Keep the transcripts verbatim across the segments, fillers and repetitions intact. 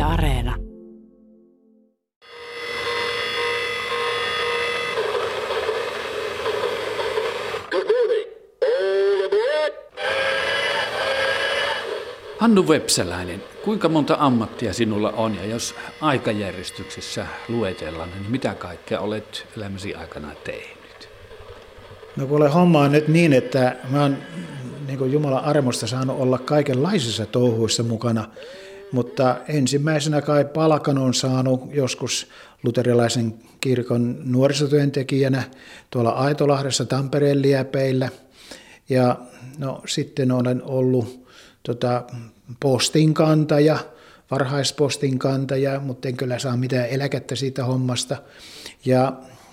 Areena. Hannu Vepsäläinen, kuinka monta ammattia sinulla on ja jos aikajärjestyksessä luetellaan, niin mitä kaikkea olet elämäsi aikana tehnyt? No kuule, homma on nyt niin, että mä oon niin kuin Jumalan armosta saanut olla kaikenlaisissa touhuissa mukana, mutta ensimmäisenä kai palkan on saanut joskus luterilaisen kirkon nuorisotyöntekijänä tuolla Aitolahdessa Tampereen liepeillä ja no sitten olen ollut Tota, postinkantaja, varhaispostinkantaja, mutta en kyllä saa mitään eläkettä siitä hommasta. Ja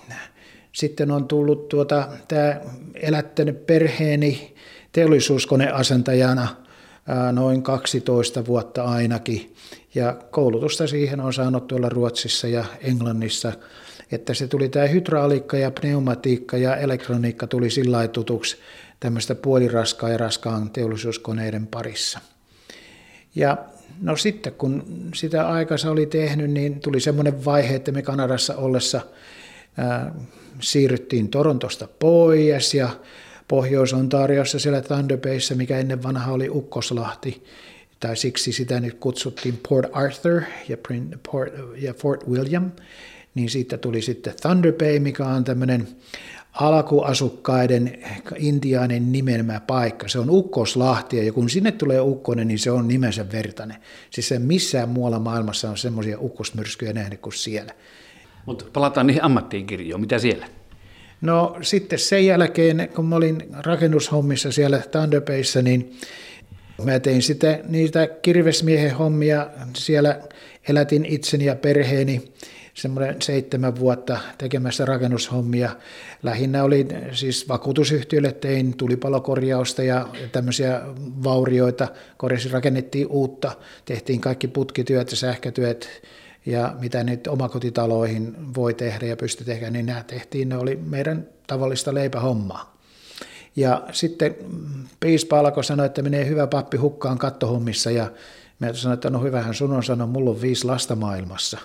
sitten on tullut tuota, tämä elättänyt perheeni teollisuuskoneasentajana ää, noin kaksitoista vuotta ainakin. Ja koulutusta siihen on saanut tuolla Ruotsissa ja Englannissa, että se tuli tämä hydrauliikka ja pneumatiikka ja elektroniikka tuli sillä lailla tutuksi tämmöistä puoliraskaan ja raskaan teollisuuskoneiden parissa. Ja no sitten kun sitä aikansa oli tehnyt, niin tuli semmoinen vaihe, että me Kanadassa ollessa ää, siirryttiin Torontosta pois ja Pohjois-Ontariossa siellä Thunder Bayssä, mikä ennen vanha oli Ukkoslahti, tai siksi sitä nyt kutsuttiin Port Arthur ja, Port, ja Fort William, niin siitä tuli sitten Thunder Bay, mikä on tämmöinen alkuasukkaiden intiaanin nimeämä paikka. Se on Ukkoslahti ja kun sinne tulee ukkonen, niin se on nimensä vertainen. Siis se missään muualla maailmassa on semmoisia ukkosmyrskyjä nähnyt kuin siellä. Mutta palataan niihin ammattiin kirjoon. Mitä siellä? No sitten sen jälkeen, kun mä olin rakennushommissa siellä Thunder Bayssä, niin mä tein sitä, niitä kirvesmiehen hommia. Siellä elätin itseni ja perheeni semmoinen seitsemän vuotta tekemässä rakennushommia. Lähinnä oli siis vakuutusyhtiölle tein tulipalokorjausta ja tämmöisiä vaurioita. Korjasin, rakennettiin uutta, tehtiin kaikki putkityöt ja sähkötyöt ja mitä nyt omakotitaloihin voi tehdä ja pysty tehdä, niin nämä tehtiin. Ne oli meidän tavallista leipähommaa. Ja sitten piispa alkoi sanoa, että menee hyvä pappi hukkaan kattohommissa ja mä sanoin, että no hyvähän sun on sanoa, mulla on viisi lasta maailmassa.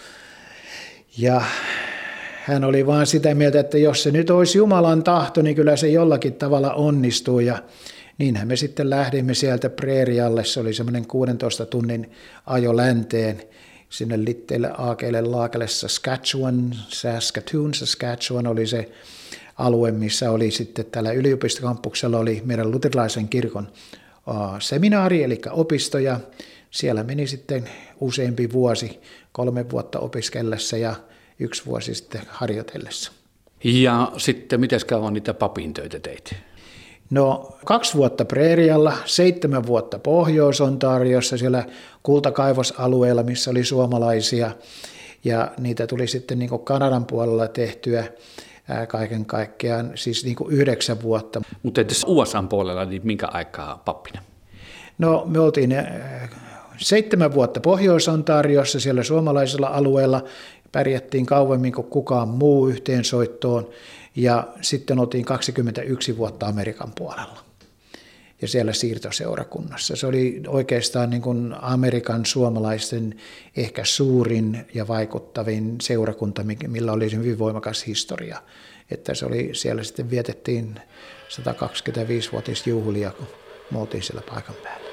Ja hän oli vaan sitä mieltä, että jos se nyt olisi Jumalan tahto, niin kyllä se jollakin tavalla onnistuu. Ja niinhän me sitten lähdimme sieltä preerialle. Se oli semmoinen kuudentoista tunnin ajo länteen sinne litteille aakeille laakelle Saskatchewan, Saskatoon, Saskatchewan oli se alue, missä oli sitten tällä yliopistokampuksella oli meidän luterilaisen kirkon seminaari, eli opisto, ja siellä meni sitten useampi vuosi, kolme vuotta opiskellessa ja yksi vuosi sitten harjoitellessa. Ja sitten mitäs kauan niitä papin töitä teit? No kaksi vuotta preerialla, seitsemän vuotta Pohjois-Ontariossa siellä kultakaivosalueella, missä oli suomalaisia, ja niitä tuli sitten niin kuin Kanadan puolella tehtyä ää, kaiken kaikkiaan, siis niin kuin yhdeksän vuotta. Mutta entäs U S A:n puolella, niin minkä aikaa pappina? No me oltiin ää, seitsemän vuotta Pohjois-Ontariossa siellä suomalaisella alueella, pärjättiin kauemmin kuin kukaan muu yhteensoittoon, ja sitten oltiin kaksikymmentäyksi vuotta Amerikan puolella ja siellä siirtoseurakunnassa. Se oli oikeastaan niin kuin Amerikan suomalaisten ehkä suurin ja vaikuttavin seurakunta, millä oli hyvin voimakas historia. Että se oli, siellä sitten vietettiin sata kaksikymmentäviisivuotisjuhlia, kun me oltiin siellä paikan päällä.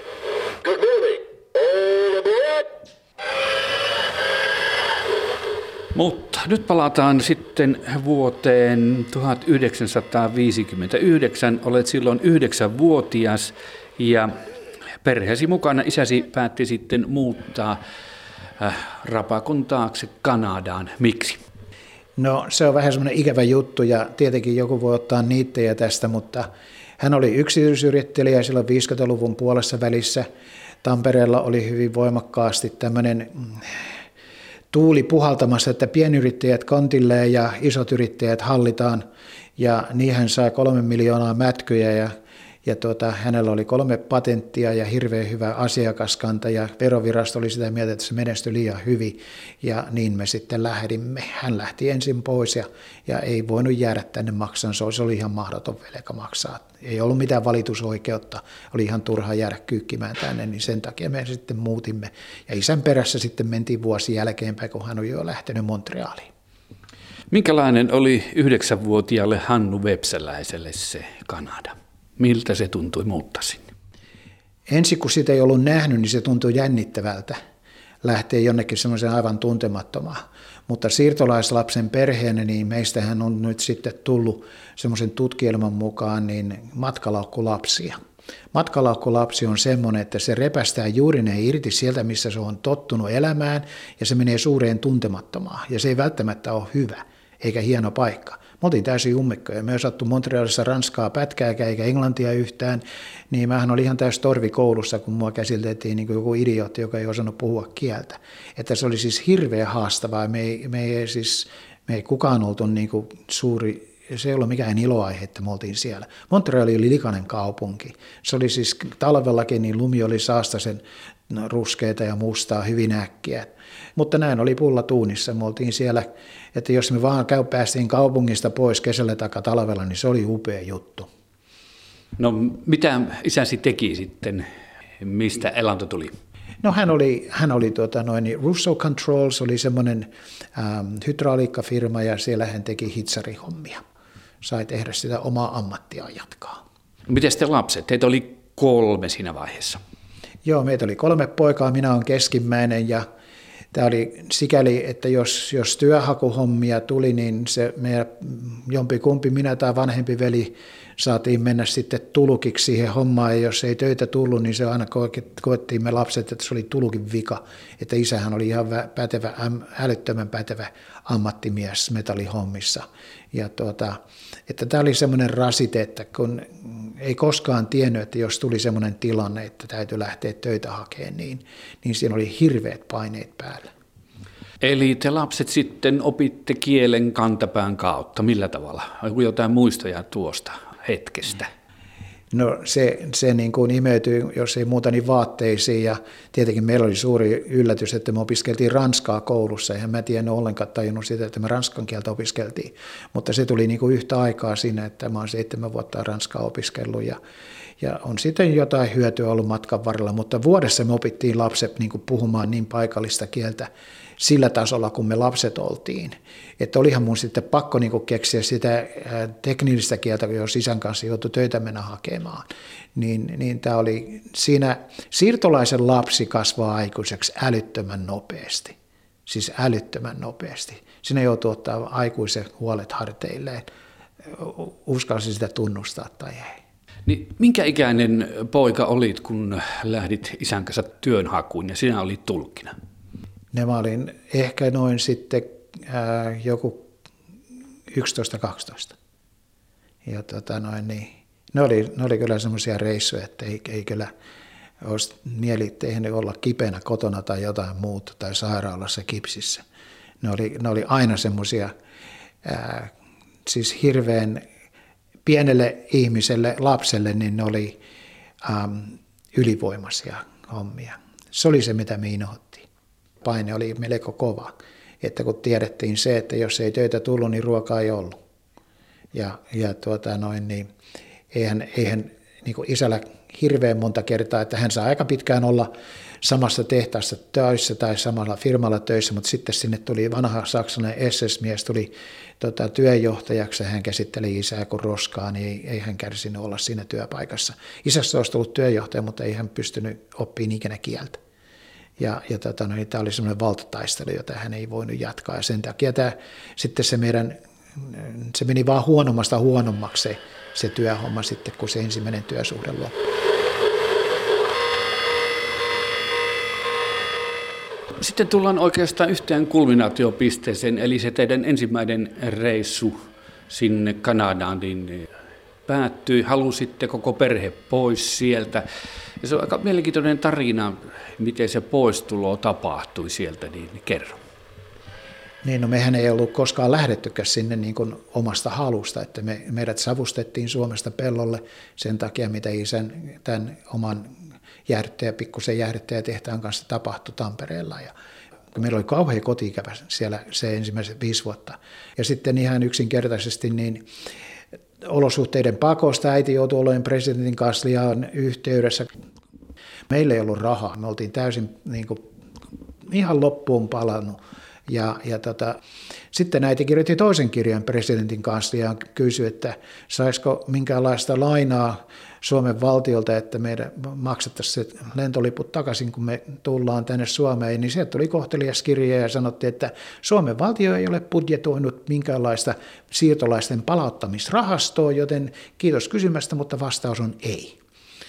Mutta nyt palataan sitten vuoteen tuhatyhdeksänsataaviisikymmentäyhdeksän. Olet silloin yhdeksänvuotias ja perheesi mukana isäsi päätti sitten muuttaa Rapakon taakse Kanadaan. Miksi? No se on vähän semmoinen ikävä juttu ja tietenkin joku voi ottaa niittejä tästä, mutta hän oli yksityisyrittäjä silloin viisikymmentäluvun puolessa välissä. Tampereella oli hyvin voimakkaasti tämmöinen tuuli puhaltamassa, että pienyrittäjät kontilleen ja isot yrittäjät hallitaan, ja niihin sai kolme miljoonaa mätkyjä, ja, Ja tuota, hänellä oli kolme patenttia ja hirveän hyvä asiakaskanta ja verovirasto oli sitä mieltä, että se menestyi liian hyvin ja niin me sitten lähdimme. Hän lähti ensin pois ja, ja ei voinut jäädä tänne maksamaan, se oli ihan mahdoton velka maksaa. Ei ollut mitään valitusoikeutta, oli ihan turha jäädä kyykkimään tänne, niin sen takia me sitten muutimme. Ja isän perässä sitten mentiin vuosi jälkeenpäin, kun hän oli jo lähtenyt Montrealiin. Minkälainen oli yhdeksänvuotiaalle Hannu Vepsäläiselle se Kanada? Miltä se tuntui muuttaa sinne? Ensin kun sitä ei ollut nähnyt, niin se tuntui jännittävältä lähteä jonnekin semmoiseen aivan tuntemattomaan. Mutta siirtolaislapsen perheenä, niin meistähän on nyt sitten tullut semmoisen tutkielman mukaan niin matkalaukkulapsia. Matkalaukkulapsi on semmoinen, että se repästää juuri ne irti sieltä, missä se on tottunut elämään, ja se menee suureen tuntemattomaan, ja se ei välttämättä ole hyvä eikä hieno paikka. Me oltiin täysin ummikkoja. Me ei osattu Montrealissa ranskaa pätkääkään eikä englantia yhtään, niin mähän olin ihan täys torvi koulussa, kun mua käsiteltiin niin kuin joku idiootti, joka ei osannut puhua kieltä. Että se oli siis hirveän haastavaa. Me ei, me ei, siis, me ei kukaan oltu niin kuin suuri, se ei ollut mikään iloaihe, että me oltiin siellä. Montreal oli likainen kaupunki. Se oli siis talvellakin, niin lumi oli saastaisen ruskeita ja mustaa hyvin äkkiä. Mutta näin oli pulla tuunissa. Me oltiin siellä, että jos me vaan käy, päästiin kaupungista pois kesällä tai talvella, niin se oli upea juttu. No mitä isäsi teki sitten? Mistä elanto tuli? No hän oli, hän oli tuota, noin, Russo Controls oli semmoinen ähm, hydrauliikkafirma ja siellä hän teki hitsarihommia. Sai tehdä sitä omaa ammattiaan jatkaa. Miten sitten lapset? Teitä oli kolme siinä vaiheessa. Joo, meitä oli kolme poikaa, minä olen keskimmäinen ja tämä oli sikäli, että jos, jos työhakuhommia tuli, niin se meidän jompikumpi, minä tai vanhempi veli, saatiin mennä sitten tulukiksi siihen hommaan, ja jos ei töitä tullut, niin se aina koettiin me lapset, että se oli tulukin vika, että isähän oli ihan pätevä, älyttömän pätevä ammattimies metallihommissa. Ja tuota, että tämä oli semmoinen rasite, että kun ei koskaan tiennyt, että jos tuli semmoinen tilanne, että täytyy lähteä töitä hakemaan, niin, niin siinä oli hirveät paineet päällä. Eli te lapset sitten opitte kielen kantapään kautta. Millä tavalla? Onko jotain muistoja tuosta hetkestä? No se, se niin kuin imeytyi, jos ei muuta, niin vaatteisiin. Ja tietenkin meillä oli suuri yllätys, että me opiskeltiin ranskaa koulussa. Eihän mä tiennyt ollenkaan tajunnut sitä, että me ranskan kieltä opiskeltiin. Mutta se tuli niin kuin yhtä aikaa siinä, että mä oon seitsemän vuotta ranskaa opiskellut. Ja, ja on sitten jotain hyötyä ollut matkan varrella. Mutta vuodessa me opittiin lapset niin kuin puhumaan niin paikallista kieltä sillä tasolla, kun me lapset oltiin. Että olihan mun sitten pakko niin kuin keksiä sitä teknillistä kieltä, jos isän kanssa joutui töitä mennä hakemaan. Niin, niin tämä oli siinä, siirtolaisen lapsi kasvaa aikuiseksi älyttömän nopeasti. Siis älyttömän nopeasti. Siinä joutuu ottaa aikuisen huolet harteilleen. Uskalsi sitä tunnustaa tai ei. Niin minkä ikäinen poika olit, kun lähdit isän kanssa työnhakuun ja sinä olit tulkkina? Ne mä olin ehkä noin sitten ää, joku yksitoista kaksitoista. Ja tota noin, niin, ne, oli, ne oli kyllä semmoisia reissuja, että ei, ei kyllä olisi mieli tehnyt olla kipeänä kotona tai jotain muuta tai sairaalassa kipsissä. Ne oli, ne oli aina semmoisia ää, siis hirveän pienelle ihmiselle, lapselle, niin ne oli äm, ylivoimaisia hommia. Se oli se, mitä me inhoittiin. Paine oli melko kova, että kun tiedettiin se, että jos ei töitä tullut, niin ruokaa ei ollut. Ja, ja tuota noin, niin eihän, eihän niin kuin isällä hirveän monta kertaa, että hän saa aika pitkään olla samassa tehtaassa töissä tai samalla firmalla töissä, mutta sitten sinne tuli vanha saksalainen S S-mies, tuli tota, työjohtajaksi ja hän käsitteli isää kuin roskaa, niin ei, ei hän kärsinyt olla siinä työpaikassa. Isästä olisi tullut työjohtaja, mutta ei hän pystynyt oppimaan ikinä kieltä. Ja, ja tota, no, tämä oli semmoinen valtataistelu, jota hän ei voinut jatkaa. Ja sen takia tämä, sitten se meidän, se meni vaan huonommasta huonommaksi se, se työhomma sitten, kun se ensimmäinen työsuhde loppui. Sitten tullaan oikeastaan yhteen kulminaatiopisteeseen, eli se teidän ensimmäinen reissu sinne Kanadaan niin päättyi. Halusitte koko perhe pois sieltä. Ja se on aika mielenkiintoinen tarina, miten se poistulo tapahtui sieltä, niin kerro. Niin, no mehän ei ollut koskaan lähdettykään sinne niin kuin omasta halusta, että me, meidät savustettiin Suomesta pellolle sen takia, mitä isän tämän oman jäähdyttäjä, pikkusen jäähdyttäjätehtaan kanssa tapahtui Tampereella. Ja meillä oli kauhea koti-ikävä siellä se ensimmäiset viisi vuotta. Ja sitten ihan yksinkertaisesti niin olosuhteiden pakosta äiti joutui olemaan presidentin kansliaan yhteydessä. Meillä ei ollut rahaa, me oltiin täysin niin kuin, ihan loppuun palannut. Ja, ja tota, sitten äiti kirjoitti toisen kirjan presidentin kanssa ja kysyi, että saisiko minkäänlaista lainaa Suomen valtiolta, että meidän maksettaisiin se lentoliput takaisin, kun me tullaan tänne Suomeen. Niin sieltä tuli kohtelias kirja ja sanottiin, että Suomen valtio ei ole budjetoinut minkäänlaista siirtolaisten palauttamisrahastoa, joten kiitos kysymästä, mutta vastaus on ei.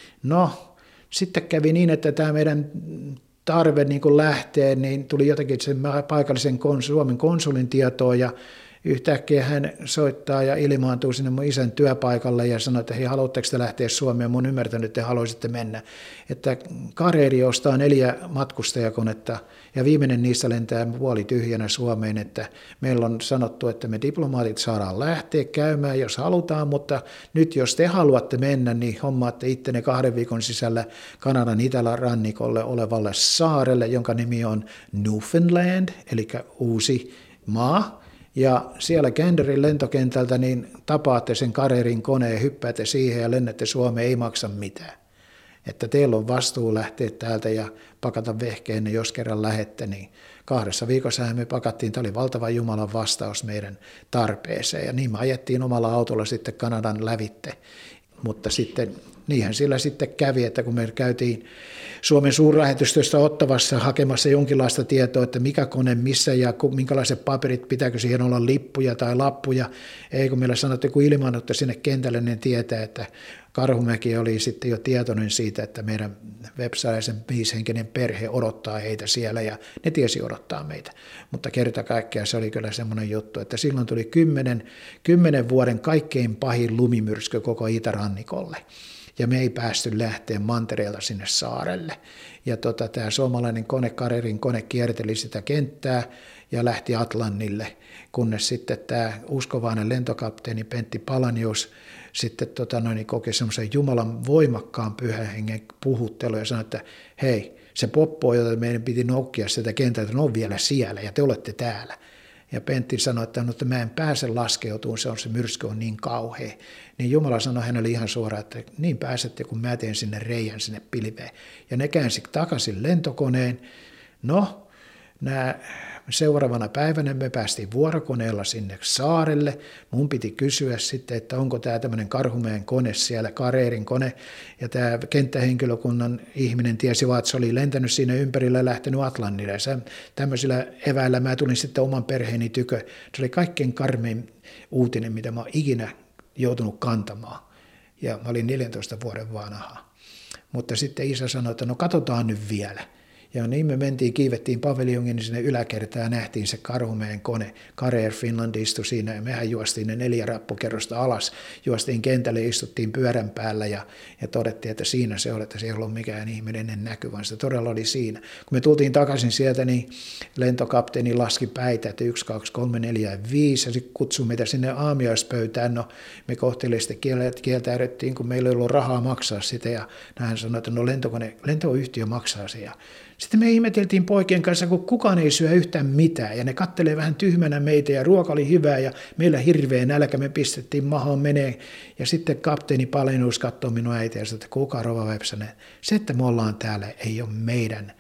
No, sitten kävi niin, että tämä meidän tarve niin kuin lähtee, niin tuli jotenkin sen paikallisen Suomen konsulin tietoon ja yhtäkkiä hän soittaa ja ilmaantuu sinne mun isän työpaikalle ja sanoi, että hei, haluatteko te lähteä Suomeen? Mun ymmärtänyt, että te haluaisitte mennä. Että Careeri ostaa neljä matkustajakonetta ja viimeinen niistä lentää puoli tyhjänä Suomeen, että meillä on sanottu, että me diplomaatit saadaan lähteä käymään, jos halutaan, mutta nyt jos te haluatte mennä, niin hommaatte ittenne kahden viikon sisällä Kanadan itälärannikolle olevalle saarelle, jonka nimi on Newfoundland, eli uusi maa. Ja siellä Ganderin lentokentältä niin tapaatte sen Careerin koneen, hyppäätte siihen ja lennätte Suomeen, ei maksa mitään. Että teillä on vastuu lähteä täältä ja pakata vehkeenne, jos kerran lähette, niin kahdessa viikossa me pakattiin, tämä oli valtava Jumalan vastaus meidän tarpeeseen. Ja niin me ajettiin omalla autolla sitten Kanadan lävitte, mutta sitten niinhän sillä sitten kävi, että kun me käytiin Suomen suurlähetystöstä Ottavassa hakemassa jonkinlaista tietoa, että mikä kone missä ja minkälaiset paperit, pitääkö siihen olla lippuja tai lappuja. Ei kun meillä sanottiin, kun ilmaannutte sinne kentälle, niin tietää, että Karhumäki oli sitten jo tietoinen siitä, että meidän websalaisen viisihenkinen perhe odottaa heitä siellä ja ne tiesi odottaa meitä. Mutta kerta kaikkiaan se oli kyllä semmoinen juttu, että silloin tuli kymmenen, kymmenen vuoden kaikkein pahin lumimyrsky koko itärannikolle. Ja me ei päästy lähteä mantereelta sinne saarelle. Ja tota, tämä suomalainen kone, Careerin kone, kierteli sitä kenttää ja lähti Atlannille, kunnes sitten tämä uskovainen lentokapteeni Pentti Palanius sitten tota, noin, koki semmoisen Jumalan voimakkaan pyhän hengen puhuttelun ja sanoi, että hei, se poppo, jota meidän piti noukkia sitä kentältä, on vielä siellä ja te olette täällä. Ja Pentti sanoi, että, no, että mä en pääse laskeutumaan, se, on, se myrsky on niin kauhea. Niin Jumala sanoi hänelle ihan suoraan, että niin pääsette, kun mä teen sinne reijän sinne pilveen. Ja ne käänsi takaisin lentokoneen. No, nämä seuraavana päivänä me päästiin vuorokoneella sinne saarelle. Mun piti kysyä sitten, että onko tämä tämmöinen Karhumäen kone siellä, Careerin kone. Ja tämä kenttähenkilökunnan ihminen tiesi vaan, että se oli lentänyt siinä ympärillä ja lähtenyt Atlantille. Ja tämmöisillä eväillä mä tulin sitten oman perheeni tykö. Se oli kaikkein karmein uutinen, mitä mä oon ikinä joutunut kantamaan. Ja mä olin neljäntoista vuoden vanha. Mutta sitten isä sanoi, että no katsotaan nyt vielä. Ja niin me mentiin, kiivettiin paviljongin sinne yläkertaan ja nähtiin se Karhumäen kone. Career Finland istui siinä ja mehän juostiin ne neljä rappukerrosta alas. Juostiin kentälle, istuttiin pyörän päällä ja, ja todettiin, että siinä se oli, että se ei ollut mikään ihminen näky, vaan se todella oli siinä. Kun me tultiin takaisin sieltä, niin lentokapteeni laski päitä, että yksi, kaksi, kolme, neljä ja viisi ja sitten kutsui meitä sinne aamiaispöytään. No me kohteliaisesti kieltäydyttiin, kun meillä ei ollut rahaa maksaa sitä ja hän sanoi, että no lentokone, lentoyhtiö maksaa se. Ja sitten me ihmeteltiin poikien kanssa, kun kukaan ei syö yhtään mitään ja ne kattelee vähän tyhmänä meitä ja ruoka oli hyvää ja meillä hirveä nälkä, me pistettiin mahaan menee. Ja sitten kapteeni Palanius katsoi minua äitiä ja sanoi, että kuka Rova Vepsänen, se, että me ollaan täällä, ei ole meidän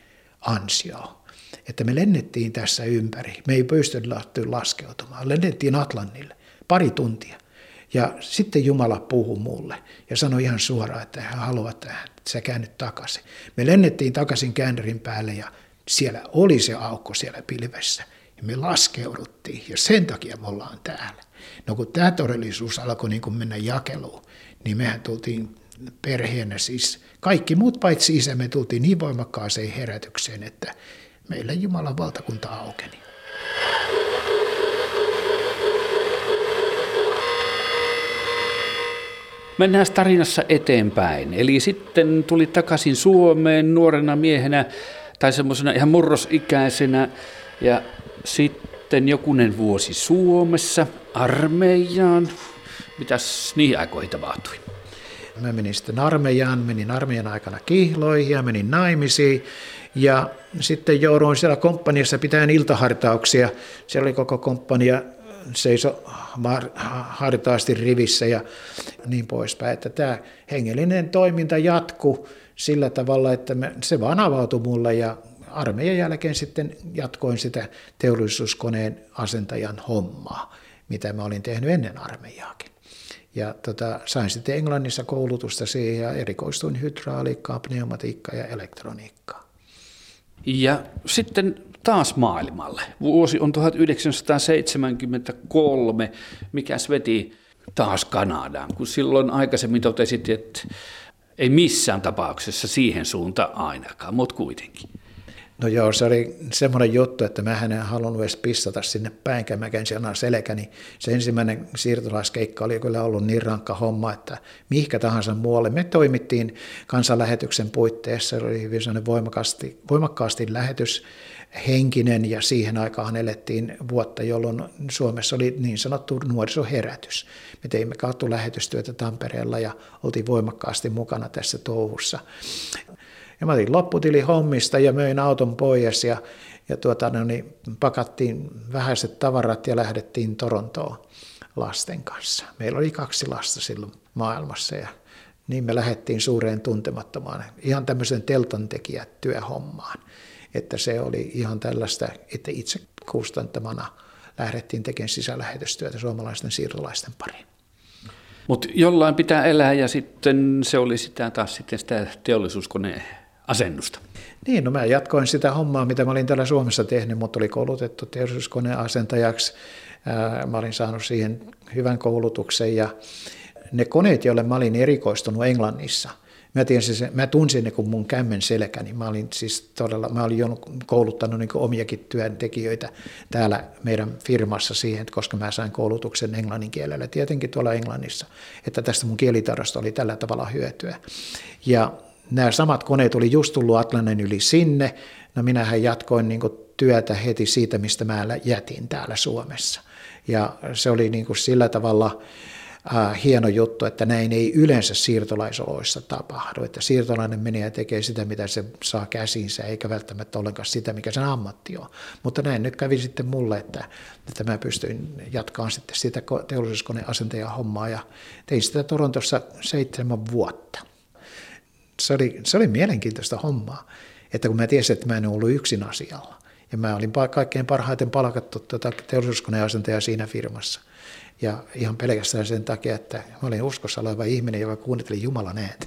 ansio. Että me lennettiin tässä ympäri, me ei pysty laskeutumaan, lennettiin Atlantille pari tuntia. Ja sitten Jumala puhui mulle ja sanoi ihan suoraan, että hän haluaa, että sä käännyt takaisin. Me lennettiin takaisin Ganderin päälle ja siellä oli se aukko siellä pilvessä. Ja me laskeuduttiin ja sen takia me ollaan täällä. No kun tämä todellisuus alkoi niin kuin mennä jakeluun, niin mehän tultiin perheenä siis, kaikki muut paitsi isä, me tultiin niin voimakkaaseen herätykseen, että meillä Jumalan valtakunta aukeni. Mennään tarinassa eteenpäin. Eli sitten tuli takaisin Suomeen nuorena miehenä tai semmoisena ihan murrosikäisenä ja sitten sitten jokunen vuosi Suomessa armeijaan. Mitäs niihin aikoihin tapahtui? Mä menin sitten armeijaan, menin armeijan aikana kihloihin ja menin naimisiin. Ja sitten jouduin siellä komppaniassa pitämään iltahartauksia. Siellä oli koko komppania seiso hartaasti rivissä ja niin poispäin. Että tämä hengellinen toiminta jatkui sillä tavalla, että se vaan avautui mulle ja armeijan jälkeen sitten jatkoin sitä teollisuuskoneen asentajan hommaa, mitä mä olin tehnyt ennen armeijaakin. Ja tota, sain sitten Englannissa koulutusta siihen ja erikoistuin hydrauliikkaan, pneumatiikkaan ja elektroniikkaan. Ja sitten taas maailmalle. Vuosi on tuhatyhdeksänsataaseitsemänkymmentäkolme. Mikäs veti taas Kanadaan, kun silloin aikaisemmin totesit, että ei missään tapauksessa siihen suuntaan ainakaan, mutta kuitenkin. No joo, se oli semmoinen juttu, että mä en halunnut edes pissata sinne päinkään, mä käyn siellä selkäni. Se ensimmäinen siirtolaiskeikka oli kyllä ollut niin rankka homma, että mihinkä tahansa muualle. Me toimittiin kansanlähetyksen puitteissa, se oli hyvin sellainen voimakkaasti, voimakkaasti lähetyshenkinen ja siihen aikaan elettiin vuotta, jolloin Suomessa oli niin sanottu nuorisoherätys. Me teimme katulähetystyötä Tampereella ja oltiin voimakkaasti mukana tässä touhussa. Ja mä otin lopputili hommista ja möin auton pois ja, ja tuota, no niin, pakattiin vähäiset tavarat ja lähdettiin Torontoon lasten kanssa. Meillä oli kaksi lasta silloin maailmassa ja niin me lähdettiin suureen tuntemattomaan, ihan tämmöisen teltantekijätyöhommaan. Että se oli ihan tällaista, että itse kustantamana lähdettiin tekemään sisälähetystyötä suomalaisten siirtolaisten pariin. Mutta jollain pitää elää ja sitten se oli sitä taas sitten sitä teollisuuskoneen asennusta. Niin, no mä jatkoin sitä hommaa, mitä mä olin täällä Suomessa tehnyt, mutta oli koulutettu teollisuuskoneen asentajaksi. Mä olin saanut siihen hyvän koulutuksen ja ne koneet, joille mä olin erikoistunut Englannissa, Mä, tiesin, mä tunsin ne kuin mun kämmen selkäni. Mä olin siis todella, mä olin jo kouluttanut niin kuin omiakin työntekijöitä täällä meidän firmassa siihen, koska mä sain koulutuksen englannin kielellä, tietenkin tuolla Englannissa, että tästä mun kielitaidosta oli tällä tavalla hyötyä. Ja nämä samat koneet oli just tullut Atlantin yli sinne. No minähän jatkoin niin kuin työtä heti siitä, mistä mä jätin täällä Suomessa. Ja se oli niin kuin sillä tavalla Äh, hieno juttu, että näin ei yleensä siirtolaisoloissa tapahdu, että siirtolainen menee ja tekee sitä, mitä se saa käsiinsä, eikä välttämättä ollenkaan sitä, mikä sen ammatti on. Mutta näin nyt kävi sitten mulle, että, että mä pystyin jatkamaan sitten sitä teollisuuskoneasentajan hommaa ja tein sitä Torontossa seitsemän vuotta. Se oli, se oli mielenkiintoista hommaa, että kun mä tiesin, että mä en ollut yksin asialla ja mä olin kaikkein parhaiten palkattu tuota teollisuuskoneasentaja siinä firmassa. Ja ihan pelkästään sen takia, että mä olin uskossa oleva ihminen, joka kuunteli Jumalan ääntä.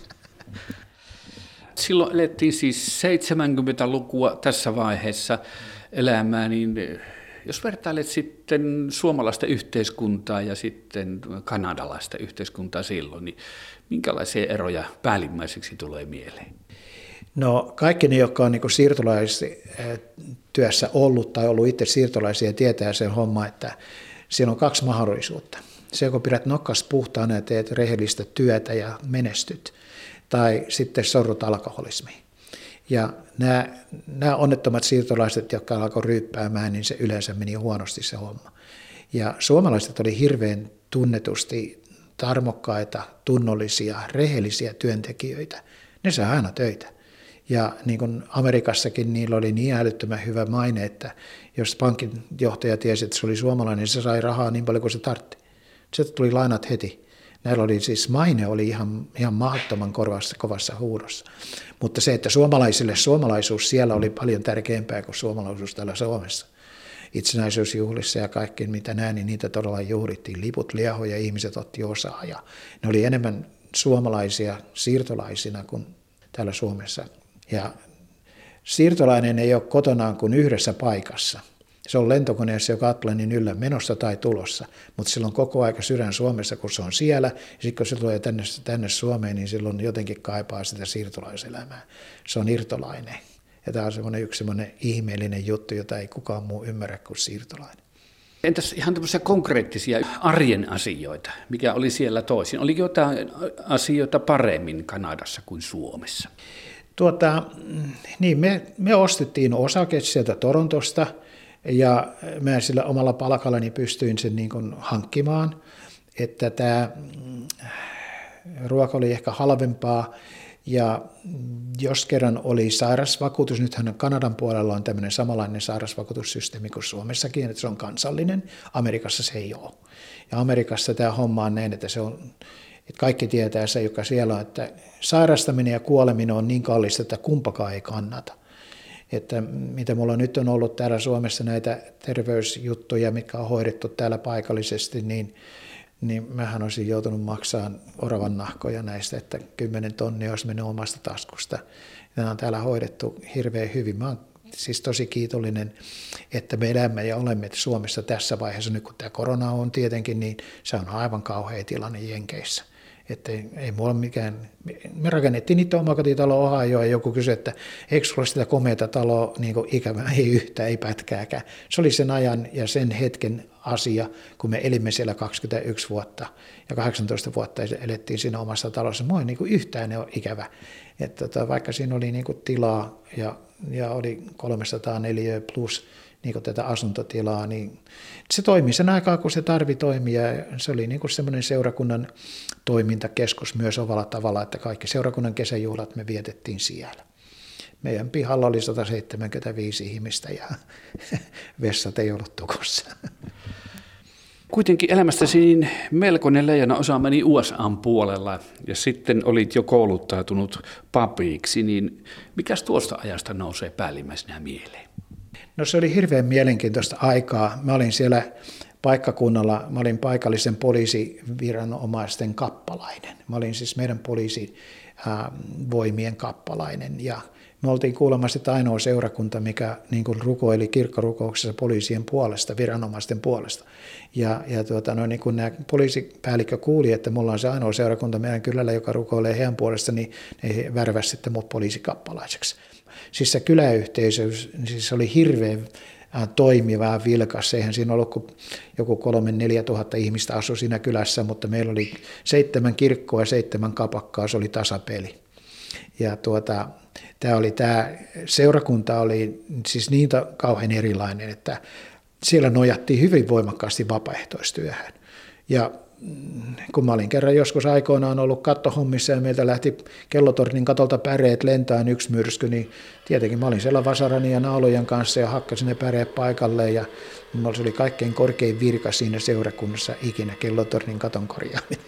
Silloin elettiin siis seitsemänkymmentälukua tässä vaiheessa elämää, niin jos vertailet sitten suomalaista yhteiskuntaa ja sitten kanadalaista yhteiskuntaa silloin, niin minkälaisia eroja päällimmäiseksi tulee mieleen? No kaikki ne, jotka on niin kuin siirtolaistyössä ollut tai ollut itse siirtolaisia, tietää sen homma, että siellä on kaksi mahdollisuutta. Se, kun pidät nokkas puhtaana ja teet rehellistä työtä ja menestyt, tai sitten sorrut alkoholismiin. Ja nämä, nämä onnettomat siirtolaiset, jotka alkoivat ryyppäämään, niin se yleensä meni huonosti se homma. Ja suomalaiset oli hirveän tunnetusti tarmokkaita, tunnollisia, rehellisiä työntekijöitä. Ne saa aina töitä. Ja niin kuin Amerikassakin niillä oli niin älyttömän hyvä maine, että jos pankin johtaja tiesi, että se oli suomalainen, niin se sai rahaa niin paljon kuin se tartti. Sieltä tuli lainat heti. Näillä oli siis maine oli ihan, ihan mahdottoman kovassa, kovassa huudossa. Mutta se, että suomalaisille suomalaisuus siellä oli paljon tärkeämpää kuin suomalaisuus täällä Suomessa. Itsenäisyysjuhlissa ja kaikki mitä näin, niin niitä todella juhlittiin. Liput liehoja, ihmiset otti osaa ja ne oli enemmän suomalaisia siirtolaisina kuin täällä Suomessa. Ja siirtolainen ei ole kotonaan kuin yhdessä paikassa. Se on lentokoneessa joka Atlantin yllä menossa tai tulossa, mutta silloin koko aika sydän Suomessa, kun se on siellä. Ja sitten kun se tulee tänne, tänne Suomeen, niin silloin jotenkin kaipaa sitä siirtolaiselämää. Se on irtolainen. Ja tämä on semmoinen yksi semmoinen ihmeellinen juttu, jota ei kukaan muu ymmärrä kuin siirtolainen. Entäs ihan tämmöisiä konkreettisia arjen asioita, mikä oli siellä toisin? Oliko jotain asioita paremmin Kanadassa kuin Suomessa? Tuota, niin me, me ostettiin osake sieltä Torontosta Ja mä sillä omalla palkallani pystyin sen niin kuin hankkimaan, että tämä ruoka oli ehkä halvempaa. Ja jos kerran oli sairasvakuutus, nythän Kanadan puolella on tämmöinen samanlainen sairasvakuutussysteemi kuin Suomessakin, että se on kansallinen. Amerikassa se ei ole. Ja Amerikassa tämä homma on näin, että, se on, että kaikki tietää se, joka siellä on, että sairastaminen ja kuoleminen on niin kallista, että kumpakaan ei kannata. Että mitä mulla nyt on ollut täällä Suomessa näitä terveysjuttuja, mitkä on hoidettu täällä paikallisesti, niin niin mähän olisin joutunut maksamaan oravan nahkoja näistä, että kymmenen tonnia olisi mennyt omasta taskusta. Nämä on täällä hoidettu hirveän hyvin. Mä oon siis tosi kiitollinen, että me elämme ja olemme Suomessa tässä vaiheessa. Nyt kun tämä korona on tietenkin, niin se on aivan kauhea tilanne Jenkeissä. Että ei, ei mulla mikään, me rakennettiin niitä omakotitalo Ohioon ja joku kysyi, että eikö sulla sitä komeata taloa niin kuin ikävää, ei yhtään, ei pätkääkään. Se oli sen ajan ja sen hetken asia, kun me elimme siellä kaksikymmentäyksi vuotta ja kahdeksantoista vuotta elettiin siinä omassa talossa. Mua ei niin kuin yhtään ole ikävä. Että tota, vaikka siinä oli niin kuin tilaa ja, ja oli kolmesataa neliöä plus niin kuin tätä asuntotilaa, niin se toimi sen aikaa, kun se tarvi toimia. Se oli niin kuin semmoinen seurakunnan toimintakeskus myös ovalla tavalla, että kaikki seurakunnan kesäjuhlat me vietettiin siellä. Meidän pihalla oli sata seitsemänkymmentäviisi ihmistä ja vessat ei ollut tukossa. Kuitenkin elämästäsi niin melkoinen leijona osa meni U S A:n puolella ja sitten olit jo kouluttautunut papiksi, niin mikäs tuosta ajasta nousee päällimmäisenä mieleen? No se oli hirveän mielenkiintoista aikaa. Mä olin siellä paikkakunnalla, mä olin paikallisen poliisiviranomaisten kappalainen. Mä olin siis meidän poliisivoimien kappalainen ja me oltiin kuulemma sitten ainoa seurakunta, mikä niin kuin rukoili kirkkorukouksessa poliisien puolesta, viranomaisten puolesta. Ja, ja tuota, no, niin kun nämä poliisipäällikkö kuuli, että mulla on se ainoa seurakunta meidän kylällä, joka rukoilee heidän puolesta, niin he värväsivät sitten mut poliisikappalaiseksi. Siis se kyläyhteisö siis oli hirveän toimiva, vilkas. Eihän siinä ollut kuin joku kolme, neljä tuhatta ihmistä asui siinä kylässä, mutta meillä oli seitsemän kirkkoa ja seitsemän kapakkaa, se oli tasapeli. Ja tuota, tämä oli tämä seurakunta oli siis niin kauhean erilainen, että siellä nojattiin hyvin voimakkaasti vapaaehtoistyöhön. Ja kun mä olin kerran joskus aikoinaan ollut kattohommissa ja meiltä lähti kellotornin katolta päreet lentäen yksi myrsky, niin tietenkin mä olin siellä vasarani ja naulujen kanssa ja hakkasin ne päreet paikalleen ja mulla oli kaikkein korkein virka siinä seurakunnassa ikinä kellotornin katon korjaaminen.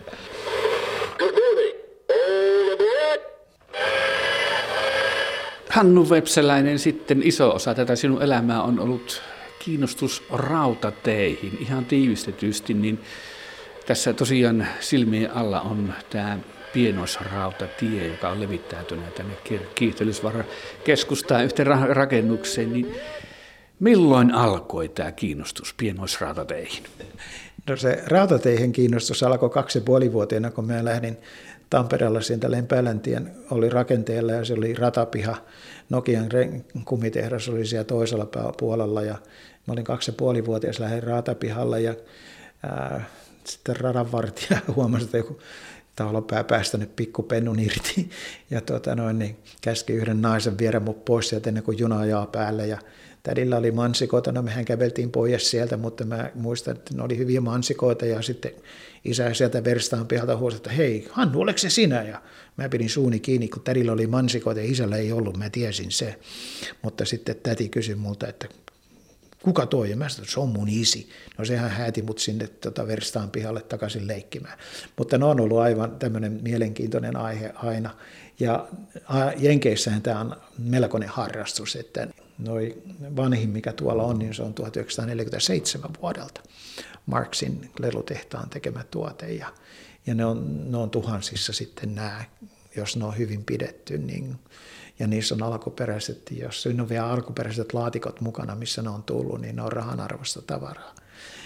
Hannu Vepseläinen, sitten iso osa tätä sinun elämää on ollut kiinnostus rautateihin ihan tiivistetysti, niin tässä tosiaan silmien alla on tämä Pienoisrautatie, joka on levittäytynyt tänne Kiihtelysvaara keskustaan yhteen rakennukseen, niin milloin alkoi tämä kiinnostus Pienoisrautateihin? No se rautateihin kiinnostus alkoi kaksi ja puoli vuotiaana, kun mä lähdin Tampereella siitä Lempäläntien oli rakenteella ja se oli ratapiha. Nokian kumitehdas oli siellä toisella puolella ja mä olin kaksi ja puoli vuotias, lähdin ratapihalla ja ää, sitten radanvartija huomasi, että joku taulopää päästänyt pikkupennun irti ja tuota noin, niin käski yhden naisen viedä mut pois sieltä ennen kuin juna ajaa päälle ja tädillä oli mansikoita, no mehän käveltiin pois sieltä, mutta mä muistan, että ne oli hyviä mansikoita ja sitten isä sieltä verstaan pihalta huosi, että hei Hannu, oliko se sinä? Ja mä pidin suuni kiinni, kun tädillä oli mansikoita ja isällä ei ollut, mä tiesin se. Mutta sitten täti kysyi multa, että kuka toi? Ja mä sanoin, että se on mun isi. No sehän hääti mut sinne tota verstaan pihalle takaisin leikkimään. Mutta ne on ollut aivan tämmöinen mielenkiintoinen aihe aina. Ja Jenkeissähän tämä on melkoinen harrastus, että noi vanhin, mikä tuolla on, niin se on tuhatyhdeksänsataaneljäkymmentäseitsemän vuodelta. Marksin lelutehtaan tekemä tuote ja, ja ne, on, ne on tuhansissa sitten nämä, jos ne on hyvin pidetty, niin, ja niissä on alkuperäiset, jos siinä on vielä alkuperäiset laatikot mukana, missä ne on tullut, niin ne on rahan arvosta tavaraa.